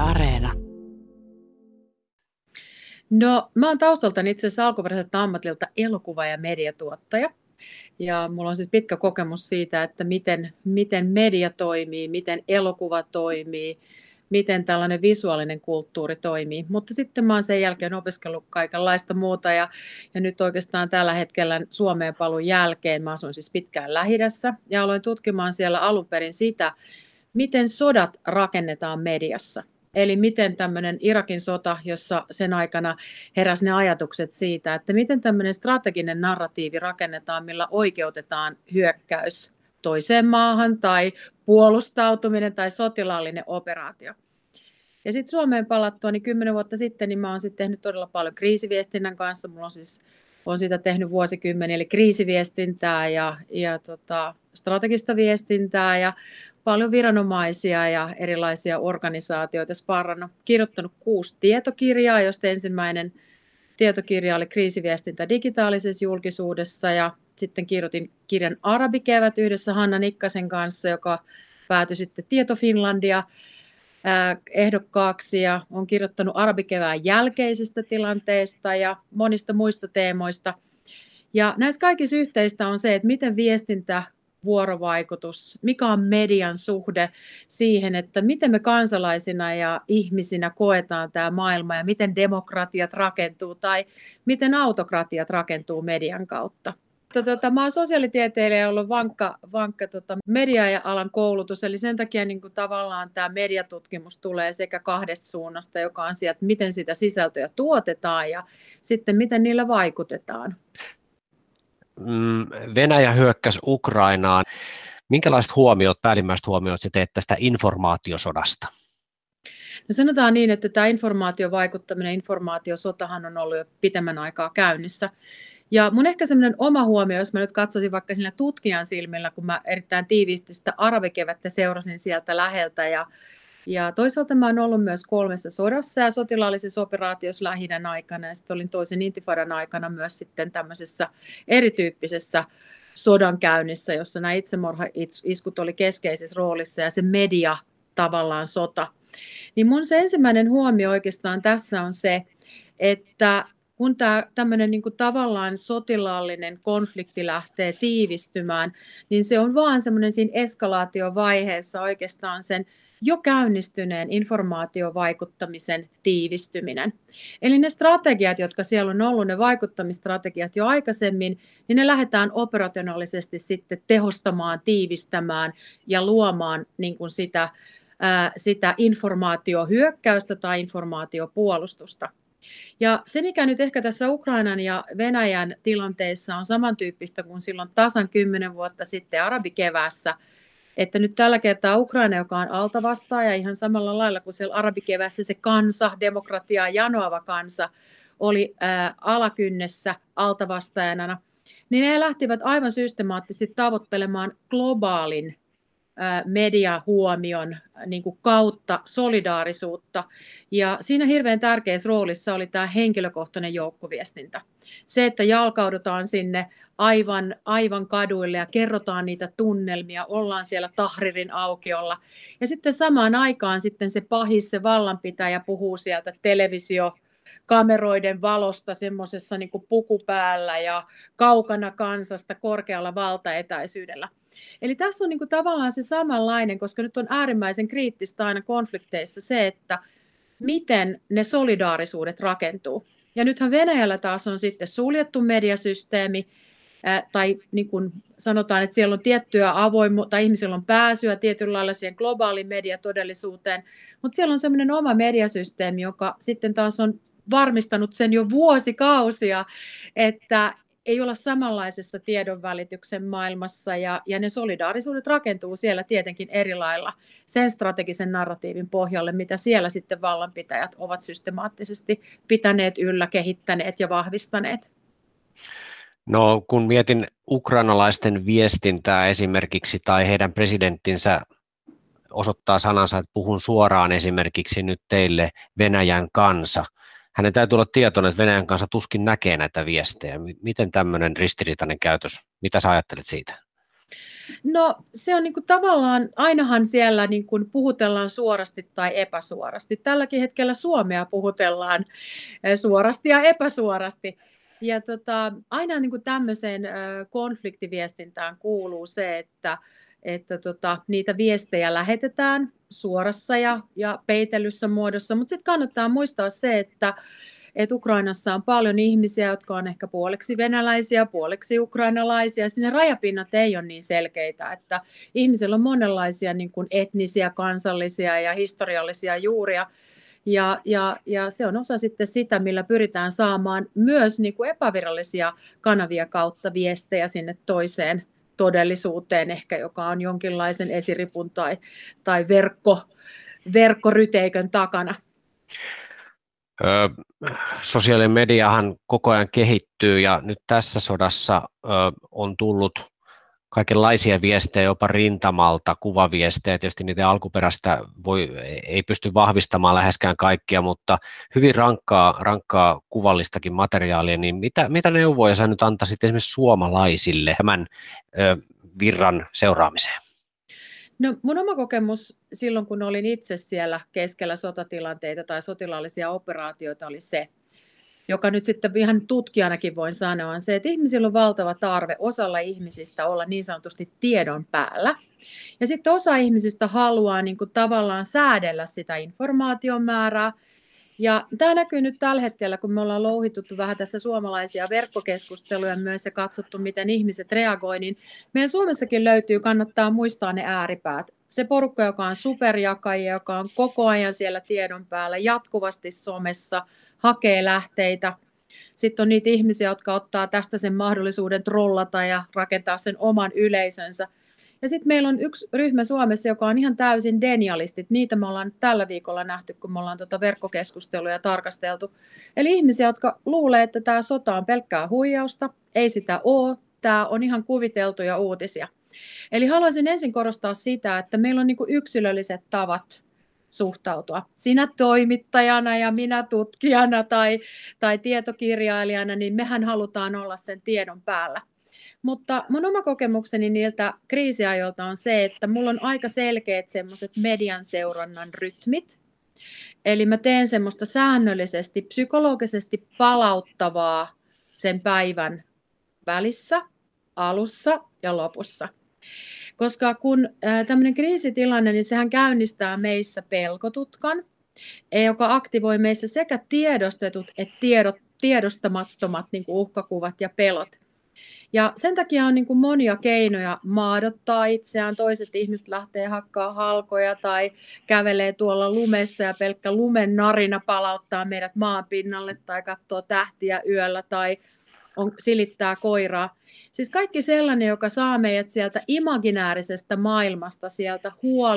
Areena. No, mä oon taustaltani itse asiassa alkuperäiseltä ammatilta elokuva- ja mediatuottaja. Ja mulla on siis pitkä kokemus siitä, että miten media toimii, miten elokuva toimii, miten tällainen visuaalinen kulttuuri toimii. Mutta sitten mä oon sen jälkeen opiskellut kaikenlaista muuta ja nyt oikeastaan tällä hetkellä Suomeen paluun jälkeen mä asun siis pitkään Lähi-idässä ja aloin tutkimaan siellä alun perin sitä, miten sodat rakennetaan mediassa. Eli miten tämmöinen Irakin sota, jossa sen aikana heräsi ne ajatukset siitä, että miten tämmöinen strateginen narratiivi rakennetaan, millä oikeutetaan hyökkäys toiseen maahan tai puolustautuminen tai sotilaallinen operaatio. Ja sitten Suomeen palattua, niin 10 vuotta sitten niin mä oon sitten tehnyt todella paljon kriisiviestinnän kanssa. Mulla on siis sitä tehnyt vuosikymmeniä, eli kriisiviestintää ja strategista viestintää ja paljon viranomaisia ja erilaisia organisaatioita sparrannut. Kirjoittanut 6 tietokirjaa, josta ensimmäinen tietokirja oli kriisiviestintä digitaalisessa julkisuudessa ja sitten kirjoitin kirjan Arabikevät yhdessä Hanna Nikkasen kanssa, joka päätyi sitten Tieto Finlandia ehdokkaaksi ja olen kirjoittanut Arabikevään jälkeisestä tilanteesta ja monista muista teemoista. Ja näissä kaikissa yhteistä on se, että miten viestintä, vuorovaikutus, mikä on median suhde siihen, että miten me kansalaisina ja ihmisinä koetaan tämä maailma ja miten demokratiat rakentuu tai miten autokratiat rakentuu median kautta. Mä olen sosiaalitieteilijä, jolla on vankka media- ja alan koulutus, eli sen takia niin kuin tavallaan tämä mediatutkimus tulee sekä 2 suunnasta, joka on sieltä, miten sitä sisältöä tuotetaan ja sitten miten niillä vaikutetaan. Venäjä hyökkäsi Ukrainaan. Minkälaiset päällimmäiset huomiot sä teet tästä informaatiosodasta? No sanotaan niin, että tämä informaatiovaikuttaminen, informaatiosotahan on ollut jo pitemmän aikaa käynnissä. Ja mun ehkä semmoinen oma huomio, jos mä nyt katsoisin vaikka sillä tutkijan silmillä, kun mä erittäin tiiviisti sitä Arabikevättä seurasin sieltä läheltä ja toisaalta mä oon ollut myös 3 sodassa ja sotilaallisessa operaatiossa Lähi-idän aikana ja sitten olin toisen intifadan aikana myös sitten tämmöisessä erityyppisessä sodankäynnissä, jossa nämä itsemurhaiskut oli keskeisessä roolissa ja se media tavallaan sota. Niin mun se ensimmäinen huomio oikeastaan tässä on se, että kun tämmöinen niin kuin tavallaan sotilaallinen konflikti lähtee tiivistymään, niin se on vaan semmoinen siinä eskalaatiovaiheessa oikeastaan sen jo käynnistyneen informaatiovaikuttamisen tiivistyminen. Eli ne strategiat, jotka siellä on ollut, ne vaikuttamistrategiat jo aikaisemmin, niin ne lähdetään operationaalisesti sitten tehostamaan, tiivistämään ja luomaan niin kuin sitä informaatiohyökkäystä tai informaatiopuolustusta. Ja se, mikä nyt ehkä tässä Ukrainan ja Venäjän tilanteessa on samantyyppistä kuin silloin tasan 10 vuotta sitten arabikeväässä, että nyt tällä kertaa Ukraina, joka on altavastaaja ihan samalla lailla kuin siellä arabikeväässä se kansa, demokratiaa janoava kansa, oli alakynnessä altavastaajana, niin he lähtivät aivan systemaattisesti tavoittelemaan globaalin mediahuomion niin kuin kautta solidaarisuutta. Ja siinä hirveän tärkeässä roolissa oli tämä henkilökohtainen joukkoviestintä. Se, että jalkaudutaan sinne aivan kaduille ja kerrotaan niitä tunnelmia, ollaan siellä Tahririn aukiolla. Ja sitten samaan aikaan sitten se pahis, se vallanpitäjä puhuu sieltä televisiokameroiden valosta semmoisessa niin kuin puku päällä ja kaukana kansasta korkealla valtaetäisyydellä. Eli tässä on niin kuin tavallaan se samanlainen, koska nyt on äärimmäisen kriittistä aina konflikteissa se, että miten ne solidaarisuudet rakentuu. Ja nythän Venäjällä taas on sitten suljettu mediasysteemi, tai niin kuin sanotaan, että siellä on tiettyä tai ihmisillä on pääsyä tietyllä lailla siihen globaaliin mediatodellisuuteen, mutta siellä on semmoinen oma mediasysteemi, joka sitten taas on varmistanut sen jo vuosikausia, että ei olla samanlaisessa tiedonvälityksen maailmassa ja ne solidaarisuudet rakentuu siellä tietenkin eri lailla sen strategisen narratiivin pohjalle, mitä siellä sitten vallanpitäjät ovat systemaattisesti pitäneet yllä, kehittäneet ja vahvistaneet. No kun mietin ukrainalaisten viestintää esimerkiksi tai heidän presidenttinsä osoittaa sanansa, että puhun suoraan esimerkiksi nyt teille Venäjän kansa. Hänen täytyy olla tietoinen, että Venäjän kanssa tuskin näkee näitä viestejä. Miten tämmöinen ristiriitainen käytös, mitä sä ajattelet siitä? No se on niin kuin tavallaan, ainahan siellä niin kuin puhutellaan suorasti tai epäsuorasti. Tälläkin hetkellä Suomea puhutellaan suorasti ja epäsuorasti. Ja aina niin kuin tämmöiseen konfliktiviestintään kuuluu se, että niitä viestejä lähetetään suorassa ja peitellyssä muodossa, mutta sitten kannattaa muistaa se, että Ukrainassa on paljon ihmisiä, jotka on ehkä puoleksi venäläisiä, puoleksi ukrainalaisia. Sinne rajapinnat ei ole niin selkeitä, että ihmisillä on monenlaisia niin kuin etnisiä, kansallisia ja historiallisia juuria. Ja se on osa sitten sitä, millä pyritään saamaan myös niin kuin epävirallisia kanavia kautta viestejä sinne toiseen todellisuuteen, ehkä joka on jonkinlaisen esiripun tai verkkoryteikön takana. Sosiaalinen mediahan koko ajan kehittyy ja nyt tässä sodassa on tullut kaikenlaisia viestejä jopa rintamalta, kuvaviestejä. Tietysti niitä alkuperäistä ei pysty vahvistamaan läheskään kaikkia, mutta hyvin rankkaa kuvallistakin materiaalia. Niin mitä neuvoja sä nyt antaisit esimerkiksi suomalaisille tämän virran seuraamiseen? No mun oma kokemus silloin, kun olin itse siellä keskellä sotatilanteita tai sotilaallisia operaatioita, oli se, joka nyt sitten ihan tutkijanakin voin sanoa, on se, että ihmisillä on valtava tarve osalla ihmisistä olla niin sanotusti tiedon päällä. Ja sitten osa ihmisistä haluaa niin kuin tavallaan säädellä sitä informaation määrää. Ja tämä näkyy nyt tällä hetkellä, kun me ollaan louhituttu vähän tässä suomalaisia verkkokeskusteluja myös ja katsottu, miten ihmiset reagoi, niin meidän Suomessakin löytyy, kannattaa muistaa ne ääripäät. Se porukka, joka on superjakajia, joka on koko ajan siellä tiedon päällä, jatkuvasti somessa, hakee lähteitä. Sitten on niitä ihmisiä, jotka ottaa tästä sen mahdollisuuden trollata ja rakentaa sen oman yleisönsä. Ja sitten meillä on yksi ryhmä Suomessa, joka on ihan täysin denialistit. Niitä me ollaan tällä viikolla nähty, kun me ollaan verkkokeskusteluja tarkasteltu. Eli ihmisiä, jotka luulee, että tämä sota on pelkkää huijausta. Ei sitä ole. Tämä on ihan kuviteltuja uutisia. Eli haluaisin ensin korostaa sitä, että meillä on niinku yksilölliset tavat suhtautua. Sinä toimittajana ja minä tutkijana tai tietokirjailijana, niin mehän halutaan olla sen tiedon päällä. Mutta mun oma kokemukseni niiltä kriisiajoilta on se, että mulla on aika selkeät semmoiset median seurannan rytmit. Eli mä teen semmoista säännöllisesti, psykologisesti palauttavaa sen päivän välissä, alussa ja lopussa. Koska kun tämmöinen kriisitilanne, niin sehän käynnistää meissä pelkotutkan, joka aktivoi meissä sekä tiedostetut että tiedostamattomat niin kuin uhkakuvat ja pelot. Ja sen takia on niin kuin monia keinoja maadottaa itseään. Toiset ihmiset lähtee hakkaa halkoja tai kävelee tuolla lumessa ja pelkkä lumen narina palauttaa meidät maan pinnalle tai katsoo tähtiä yöllä tai silittää koiraa. Siis kaikki sellainen, joka saa meidät sieltä imaginäärisestä maailmasta, sieltä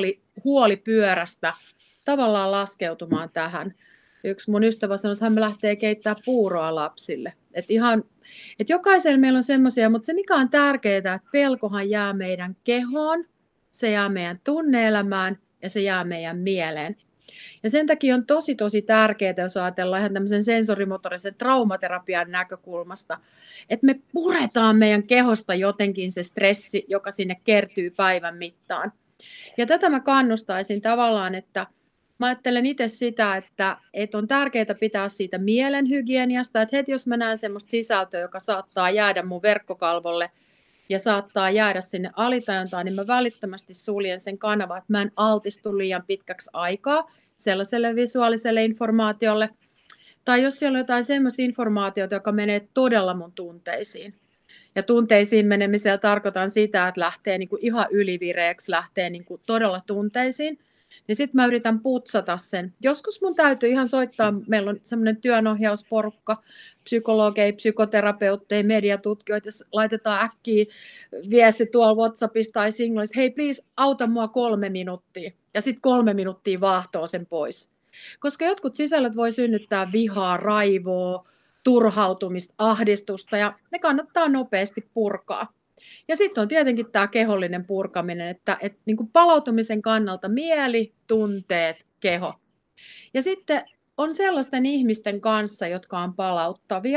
huolipyörästä tavallaan laskeutumaan tähän. Yksi mun ystävä sanoi, että hän lähtee keittää puuroa lapsille. Että jokaisella meillä on semmoisia, mutta se mikä on tärkeää, että pelkohan jää meidän kehoon, se jää meidän tunne-elämään ja se jää meidän mieleen. Ja sen takia on tosi tärkeää, jos ajatellaan ihan tämmöisen sensorimotorisen traumaterapian näkökulmasta, että me puretaan meidän kehosta jotenkin se stressi, joka sinne kertyy päivän mittaan. Ja tätä mä kannustaisin tavallaan, että mä ajattelen itse sitä, että on tärkeää pitää siitä mielenhygieniasta, että heti jos mä näen semmoista sisältöä, joka saattaa jäädä mun verkkokalvolle ja saattaa jäädä sinne alitajuntaan, niin mä välittömästi suljen sen kanavan, että mä en altistu liian pitkäksi aikaa sellaiselle visuaaliselle informaatiolle. Tai jos siellä on jotain semmoista informaatiota, joka menee todella mun tunteisiin. Ja tunteisiin menemisellä tarkoitan sitä, että lähtee niinku ihan ylivireeksi, lähtee niinku todella tunteisiin. Niin sitten mä yritän putsata sen. Joskus mun täytyy ihan soittaa, meillä on semmoinen työnohjausporukka, psykologeja, psykoterapeutteja, mediatutkijoita, jos laitetaan äkkiä viesti tuolla WhatsAppissa tai Signalissa, hei please auta mua 3 minuuttia. Ja sitten 3 minuuttia vaahtoo sen pois. Koska jotkut sisällöt voi synnyttää vihaa, raivoa, turhautumista, ahdistusta ja ne kannattaa nopeasti purkaa. Ja sitten on tietenkin tämä kehollinen purkaminen, että niin kuin palautumisen kannalta mieli, tunteet, keho. Ja sitten on sellaisten ihmisten kanssa, jotka on palauttavia,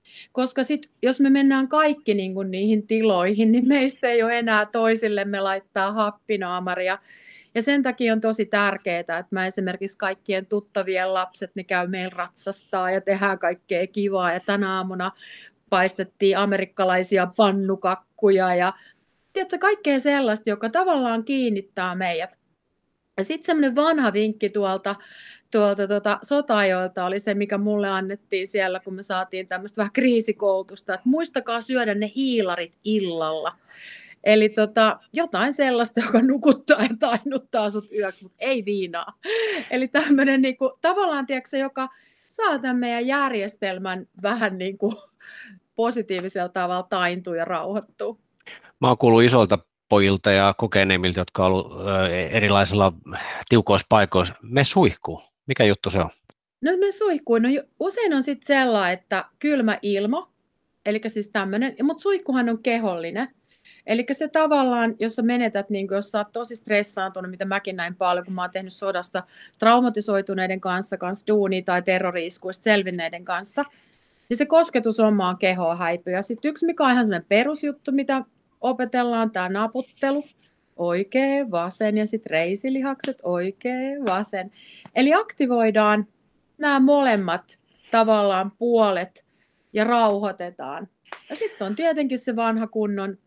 Koska sit, jos me mennään kaikki niin kuin niihin tiloihin, niin meistä ei ole enää toisillemme laittaa happinaamaria. Ja sen takia on tosi tärkeää, että mä esimerkiksi kaikkien tuttavien lapset, ne käy meillä ratsastaa ja tehdään kaikkea kivaa. Ja tänä aamuna paistettiin amerikkalaisia pannukakkuja ja tiedätkö, kaikkea sellaista, joka tavallaan kiinnittää meidät. Ja sitten semmoinen vanha vinkki tuolta sota-ajoilta oli se, mikä mulle annettiin siellä, kun me saatiin tämmöistä vähän kriisikoulutusta, että muistakaa syödä ne hiilarit illalla. Eli jotain sellaista, joka nukuttaa ja tainnuttaa sut yöksi, mutta ei viinaa. Eli tämmöinen niinku, tavallaan, tiedätkö, joka saa tämän meidän järjestelmän vähän niinku positiivisella tavalla taintua ja rauhoittua. Mä oon kuullut isolta pojilta ja kokeneemmilta, jotka on ollut erilaisilla tiukoissa paikoissa. Me suihkuu. Mikä juttu se on? No me suihkuun. No, usein on sitten sellainen, että kylmä ilma, eli siis tämmöinen, mutta suihkuhan on kehollinen. Eli se tavallaan, jos sä menetät, niin jos sä oot tosi stressaantunut, mitä mäkin näin paljon, kun mä oon tehnyt sodasta traumatisoituneiden kanssa duunia tai terrori-iskuista selvinneiden kanssa, niin se kosketus omaan kehoon häipyy. Ja sitten yksi, mikä on ihan sellainen perusjuttu, mitä opetellaan, tämä naputtelu, oikea, vasen ja sitten reisilihakset, oikea, vasen. Eli aktivoidaan nämä molemmat tavallaan puolet ja rauhoitetaan. Ja sitten on tietenkin se vanha kunnon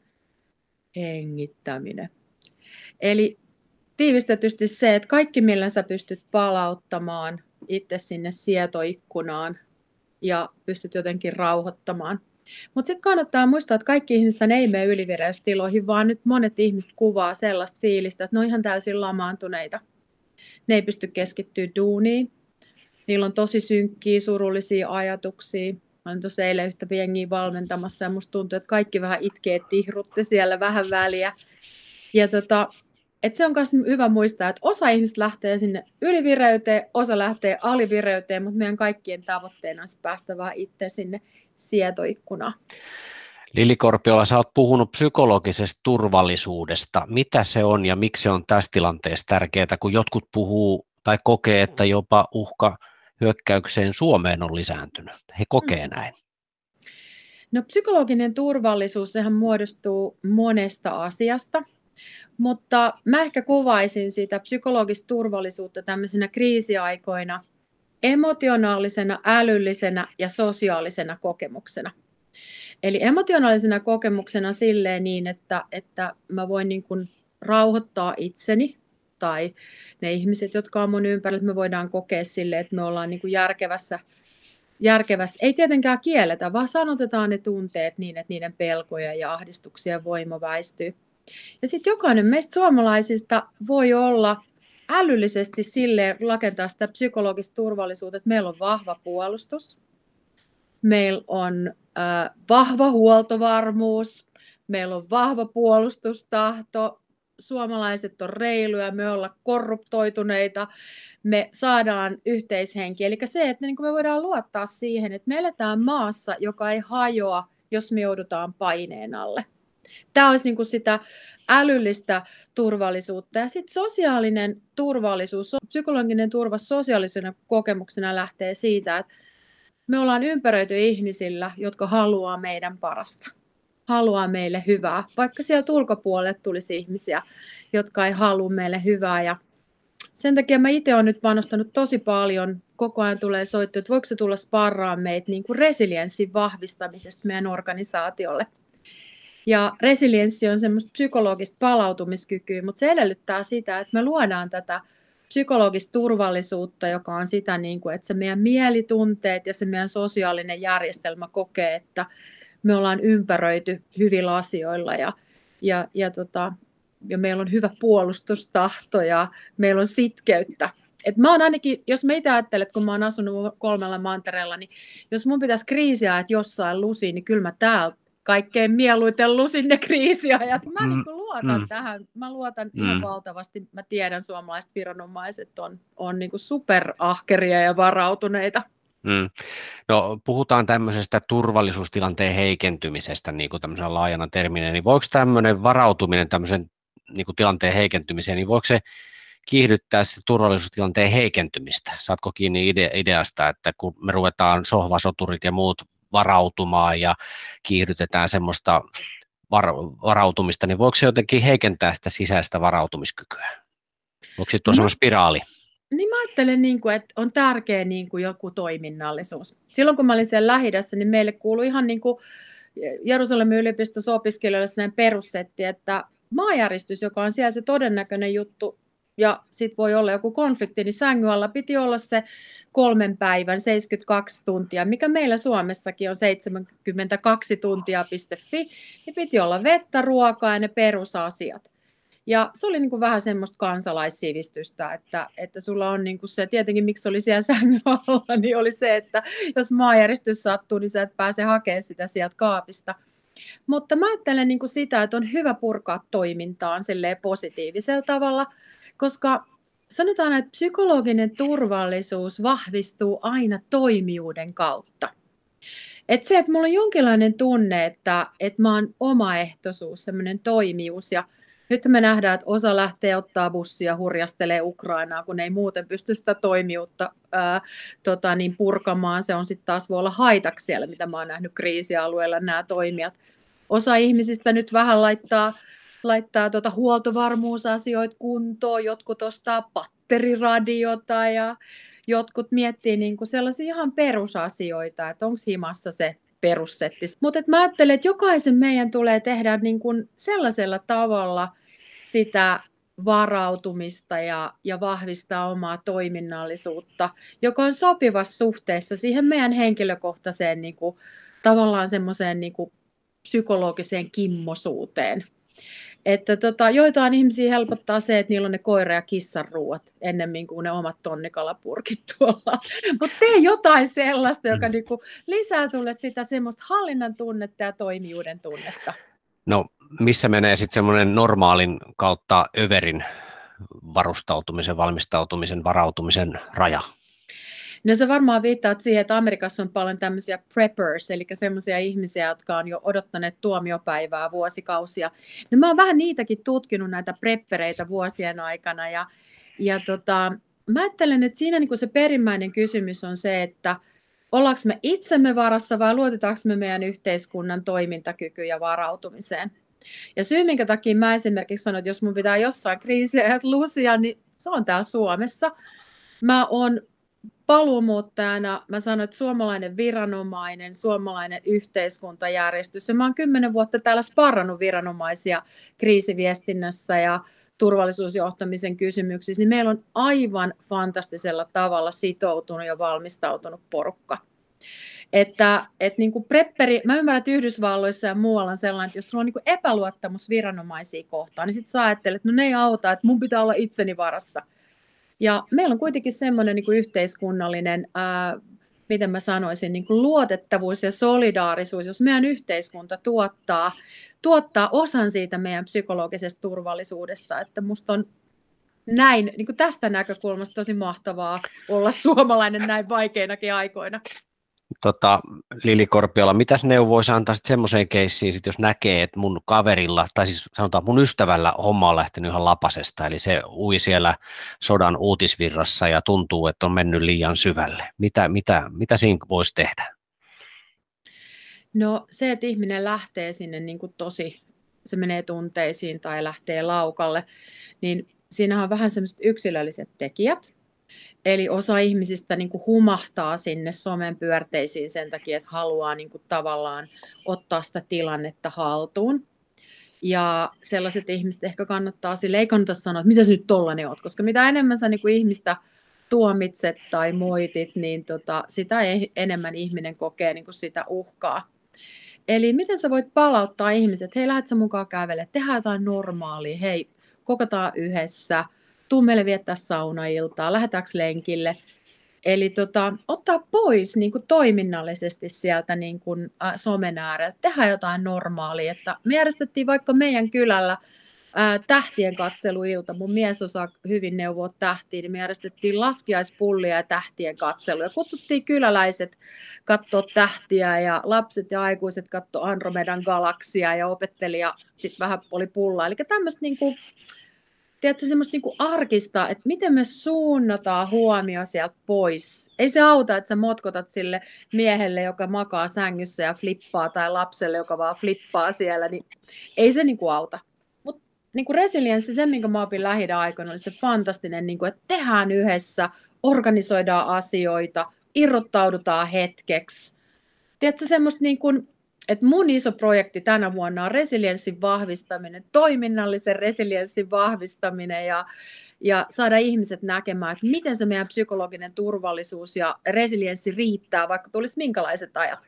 hengittäminen. Eli tiivistetysti se, että kaikki millä sä pystyt palauttamaan itse sinne sietoikkunaan ja pystyt jotenkin rauhoittamaan. Mutta sitten kannattaa muistaa, että kaikki ihmiset ei mene ylivireystiloihin, vaan nyt monet ihmiset kuvaa sellaista fiilistä, että ne on ihan täysin lamaantuneita. Ne ei pysty keskittyä duuniin. Niillä on tosi synkkiä, surullisia ajatuksia. Mä olin tuossa eilen yhtä jengiä valmentamassa ja musta tuntuu, että kaikki vähän itkee, tihrutti siellä vähän väliä. Ja et se on myös hyvä muistaa, että osa ihmistä lähtee sinne ylivireyteen, osa lähtee alivireyteen, mutta meidän kaikkien tavoitteena on päästä vähän itse sinne sietoikkunaan. Lili Korpiola, sä oot puhunut psykologisesta turvallisuudesta. Mitä se on ja miksi se on tässä tilanteessa tärkeää, kun jotkut puhuu tai kokee, että jopa uhka hyökkäykseen Suomeen on lisääntynyt. He kokee näin. No psykologinen turvallisuus, sehän muodostuu monesta asiasta, mutta mä ehkä kuvaisin sitä psykologista turvallisuutta tämmöisenä kriisiaikoina emotionaalisena, älyllisenä ja sosiaalisena kokemuksena. Eli emotionaalisena kokemuksena silleen niin, että mä voin niin kuin rauhoittaa itseni tai ne ihmiset, jotka on mun ympärillä, että me voidaan kokea silleen, että me ollaan niin kuin järkevässä, ei tietenkään kielletä, vaan sanotetaan ne tunteet niin, että niiden pelkoja ja ahdistuksia voima väistyy. Ja sitten jokainen meistä suomalaisista voi olla älyllisesti silleen rakentaa sitä psykologista turvallisuutta, että meillä on vahva puolustus, meillä on vahva huoltovarmuus, meillä on vahva puolustustahto, suomalaiset on reiluja, me ollaan korruptoituneita, me saadaan yhteishenki. Eli se, että me voidaan luottaa siihen, että me eletään maassa, joka ei hajoa, jos me joudutaan paineen alle. Tämä olisi sitä älyllistä turvallisuutta. Ja sitten sosiaalinen turvallisuus, psykologinen turva sosiaalisena kokemuksena lähtee siitä, että me ollaan ympäröity ihmisillä, jotka haluaa meidän parasta, haluaa meille hyvää, vaikka sieltä ulkopuolelle tulisi ihmisiä, jotka ei halua meille hyvää. Ja sen takia mä itse olen nyt panostanut tosi paljon, koko ajan tulee soittua, että voiko se tulla sparraamaan meitä niin kuin resilienssin vahvistamisesta meidän organisaatiolle. Ja resilienssi on semmoista psykologista palautumiskykyä, mutta se edellyttää sitä, että me luodaan tätä psykologista turvallisuutta, joka on sitä, että se meidän mielitunteet ja se meidän sosiaalinen järjestelmä kokee, että me ollaan ympäröity hyvillä asioilla ja meillä on hyvä puolustustahto ja meillä on sitkeyttä. Et mä oon ainakin, jos mä itse ajattelen, että kun mä oon asunut 3 mantereella, niin jos mun pitäisi kriisiajat jossain lusiin, niin kyllä mä täällä kaikkein mieluiten lusin ne kriisiajat. Mä luotan tähän. Mä luotan ihan valtavasti. Mä tiedän, suomalaiset viranomaiset on niin kuin superahkeria ja varautuneita. No, puhutaan tämmöisestä turvallisuustilanteen heikentymisestä niin kuin tämmöisenä laajana terminä, niin voiko tämmöinen varautuminen tämmöisen niin kuin tilanteen heikentymiseen, niin voiko se kiihdyttää sitä turvallisuustilanteen heikentymistä? Saatko kiinni ideasta, että kun me ruvetaan sohvasoturit ja muut varautumaan ja kiihdytetään semmoista varautumista, niin voiko se jotenkin heikentää sitä sisäistä varautumiskykyä? Onko sitten semmoinen spiraali? Niin mä ajattelen, että on tärkeä joku toiminnallisuus. Silloin kun mä olin siellä Lähi-idässä, niin meille kuului ihan Jerusalemin yliopistossa opiskelijoille sellainen perussetti, että maanjäristys, joka on siellä se todennäköinen juttu, ja sitten voi olla joku konflikti, niin sängyn alla piti olla se 3 päivän 72 tuntia, mikä meillä Suomessakin on 72 tuntia.fi, niin piti olla vettä, ruokaa ja ne perusasiat. Ja se oli vähän semmoista kansalaissivistystä, että sulla on se, tietenkin miksi oli siellä sängyn alla, niin oli se, että jos maanjäristys sattuu, niin sä et pääse hakemaan sitä sieltä kaapista. Mutta mä ajattelen sitä, että on hyvä purkaa toimintaan positiivisella tavalla, koska sanotaan, että psykologinen turvallisuus vahvistuu aina toimijuuden kautta. Että se, että mulla on jonkinlainen tunne, että mä oon omaehtoisuus, semmoinen toimijuus, ja nyt me nähdään, että osa lähtee ottaa bussia, hurjastelee Ukrainaa, kun ei muuten pysty sitä toimijuutta purkamaan. Se on sitten taas voi olla haitaksi siellä, mitä mä oon nähnyt kriisialueella nämä toimijat. Osa ihmisistä nyt vähän laittaa huoltovarmuusasioita kuntoon, jotkut ostaa patteriradiota ja jotkut miettii sellaisia ihan perusasioita, että onko himassa se perussetti. Mutta mä ajattelen, että jokaisen meidän tulee tehdä sellaisella tavalla sitä varautumista ja vahvistaa omaa toiminnallisuutta, joka on sopivassa suhteessa siihen meidän henkilökohtaiseen tavallaan semmoiseen psykologiseen kimmosuuteen. Että joitain ihmisiä helpottaa se, että niillä on ne koira- ja kissanruuat ennemmin kuin ne omat tonnikalapurkit tuolla. Mutta tee jotain sellaista, joka lisää sulle sitä semmoista hallinnan tunnetta ja toimijuuden tunnetta. No, missä menee sitten semmoinen normaalin kautta överin varustautumisen, valmistautumisen, varautumisen raja? No sä varmaan viittaat siihen, että Amerikassa on paljon tämmöisiä preppers, eli semmoisia ihmisiä, jotka on jo odottaneet tuomiopäivää vuosikausia. No mä oon vähän niitäkin tutkinut, näitä preppereitä vuosien aikana, ja mä ajattelen, että siinä se perimmäinen kysymys on se, että ollaanko me itsemme varassa vai luotetaanko me meidän yhteiskunnan toimintakykyyn ja varautumiseen. Ja syy, minkä takia mä esimerkiksi sanon, että jos mun pitää jossain kriisiä lusia, niin se on täällä Suomessa. Mä oon paluumuuttajana, mä sanon, että suomalainen viranomainen, suomalainen yhteiskuntajärjestys, ja mä oon 10 vuotta täällä sparrannut viranomaisia kriisiviestinnässä ja turvallisuusjohtamisen kysymyksissä, niin meillä on aivan fantastisella tavalla sitoutunut ja valmistautunut porukka. Että prepperi, mä ymmärrän, että Yhdysvalloissa ja muualla on sellainen, että jos sulla on epäluottamus viranomaisia kohtaan, niin sit sä ajattelet, että no ne ei auta, että mun pitää olla itseni varassa. Ja meillä on kuitenkin semmoinen yhteiskunnallinen, miten mä sanoisin, luotettavuus ja solidaarisuus, jos meidän yhteiskunta tuottaa osan siitä meidän psykologisesta turvallisuudesta, että musta on näin, tästä näkökulmasta tosi mahtavaa olla suomalainen näin vaikeinakin aikoina. Lili Korpiola, mitäs neuvoisi antaa sitten semmoiseen keissiin, jos näkee, että mun kaverilla, tai siis sanotaan mun ystävällä homma on lähtenyt ihan lapasesta, eli se ui siellä sodan uutisvirrassa ja tuntuu, että on mennyt liian syvälle. Mitä siinä voisi tehdä? No se, että ihminen lähtee sinne se menee tunteisiin tai lähtee laukalle, niin siinä on vähän semmoiset yksilölliset tekijät. Eli osa ihmisistä humahtaa sinne somen pyörteisiin sen takia, että haluaa tavallaan ottaa sitä tilannetta haltuun. Ja sellaiset ihmiset ehkä kannattaa ei kannata sanoa, että mitä sä nyt tollainen oot, koska mitä enemmän sä ihmistä tuomitset tai moitit, niin sitä enemmän ihminen kokee sitä uhkaa. Eli miten sä voit palauttaa ihmiset, hei lähdet sä mukaan kävelemään, tehdään jotain normaalia, hei kokotaan yhdessä, tuu meille viettää saunailtaa, lähdetäänkö lenkille. Eli ottaa pois toiminnallisesti sieltä somen ääreltä, tehdään jotain normaalia. Että me järjestettiin vaikka meidän kylällä tähtien katseluilta. Mun mies osaa hyvin neuvoa tähtiin, niin me järjestettiin laskiaispullia ja tähtien katselu. Ja kutsuttiin kyläläiset katsoa tähtiä ja lapset ja aikuiset katsoa Andromedan galaksia ja opettelija sitten vähän oli pullaa. Eli tämmöistä tiedätkö, semmoista niin kuin arkista, että miten me suunnataan huomio sieltä pois. Ei se auta, että sä motkotat sille miehelle, joka makaa sängyssä ja flippaa, tai lapselle, joka vaan flippaa siellä, niin ei se niin kuin auta. Mutta niin kuin resilienssi, se minkä mä opin lähiaikoina, oli se fantastinen, niin kuin, että tehdään yhdessä, organisoidaan asioita, irrottaudutaan hetkeksi. Tiedätkö, semmoista niin kuin, että mun iso projekti tänä vuonna on resilienssin vahvistaminen, toiminnallisen resilienssin vahvistaminen ja saada ihmiset näkemään, että miten se meidän psykologinen turvallisuus ja resilienssi riittää, vaikka tulisi minkälaiset ajat.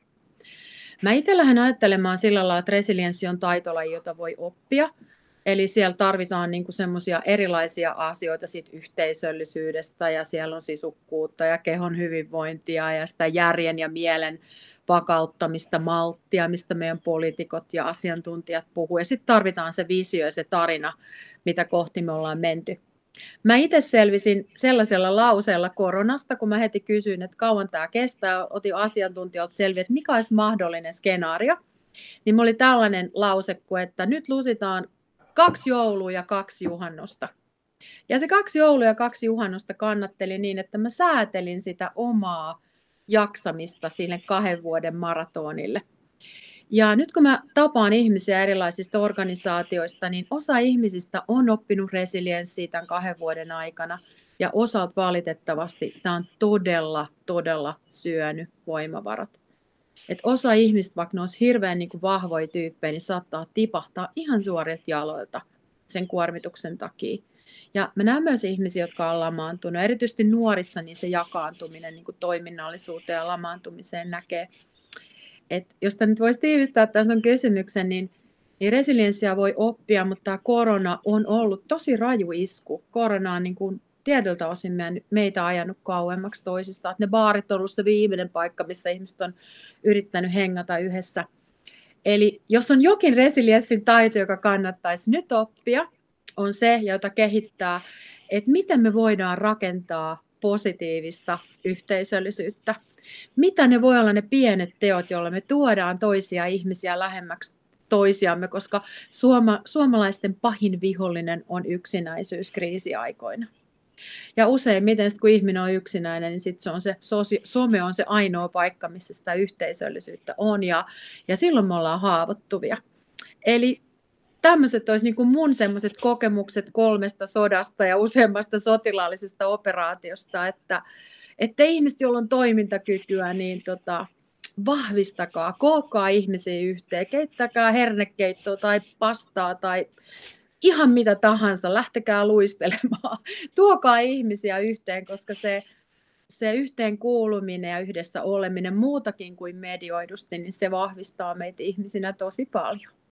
Mä itse lähden ajattelemaan sillä lailla, että resilienssi on taitolaji, jota voi oppia. Eli siellä tarvitaan niinku semmoisia erilaisia asioita siitä yhteisöllisyydestä ja siellä on sisukkuutta ja kehon hyvinvointia ja sitä järjen ja mielen vakauttamista, malttia, mistä meidän poliitikot ja asiantuntijat puhuu. Ja sitten tarvitaan se visio ja se tarina, mitä kohti me ollaan menty. Mä itse selvisin sellaisella lauseella koronasta, kun mä heti kysyin, että kauan tämä kestää. Otin asiantuntijoilta selviä, että mikä olisi mahdollinen skenaario. Niin mulla oli tällainen lause, että nyt lusitaan 2 joulua ja 2 juhannusta. Ja se 2 joulua ja 2 juhannusta kannatteli niin, että mä säätelin sitä omaa jaksamista sille 2 vuoden maratonille. Ja nyt kun mä tapaan ihmisiä erilaisista organisaatioista, niin osa ihmisistä on oppinut resilienssiä tämän 2 vuoden aikana. Ja osalta valitettavasti tämä on todella syönyt voimavarat. Että osa ihmistä, vaikka ne olisi hirveän niin kuin vahvoja tyyppejä, niin saattaa tipahtaa ihan suorilta jaloilta sen kuormituksen takia. Ja mä näen myös ihmisiä, jotka on lamaantunut. Erityisesti nuorissa niin se jakaantuminen niin kuin toiminnallisuuteen ja lamaantumiseen näkee. Et jos tämä nyt voisi tiivistää tämän sun kysymyksen, niin resilienssiä voi oppia, mutta tämä korona on ollut tosi raju isku. Korona on niin kuin tietyltä osin meitä ajanut kauemmaksi toisistaan. Ne baarit on ollut se viimeinen paikka, missä ihmiset on yrittänyt hengata yhdessä. Eli jos on jokin resilienssin taito, joka kannattaisi nyt oppia, on se, jota kehittää, että miten me voidaan rakentaa positiivista yhteisöllisyyttä. Mitä ne voi olla ne pienet teot, joilla me tuodaan toisia ihmisiä lähemmäksi toisiamme, koska suomalaisten pahin vihollinen on yksinäisyys kriisiaikoina. Ja useimmiten, kun ihminen on yksinäinen, niin sit some on se ainoa paikka, missä sitä yhteisöllisyyttä on, ja silloin me ollaan haavoittuvia. Eli tämmöiset olisi niin kuin mun semmoiset kokemukset 3 sodasta ja useammasta sotilaallisesta operaatiosta, että ihmiset, joilla on toimintakykyä, niin vahvistakaa, kookaa ihmisiä yhteen, keittäkää hernekeittoa tai pastaa tai ihan mitä tahansa, lähtekää luistelemaan, tuokaa ihmisiä yhteen, koska se yhteen kuuluminen ja yhdessä oleminen muutakin kuin medioidusti, niin se vahvistaa meitä ihmisinä tosi paljon.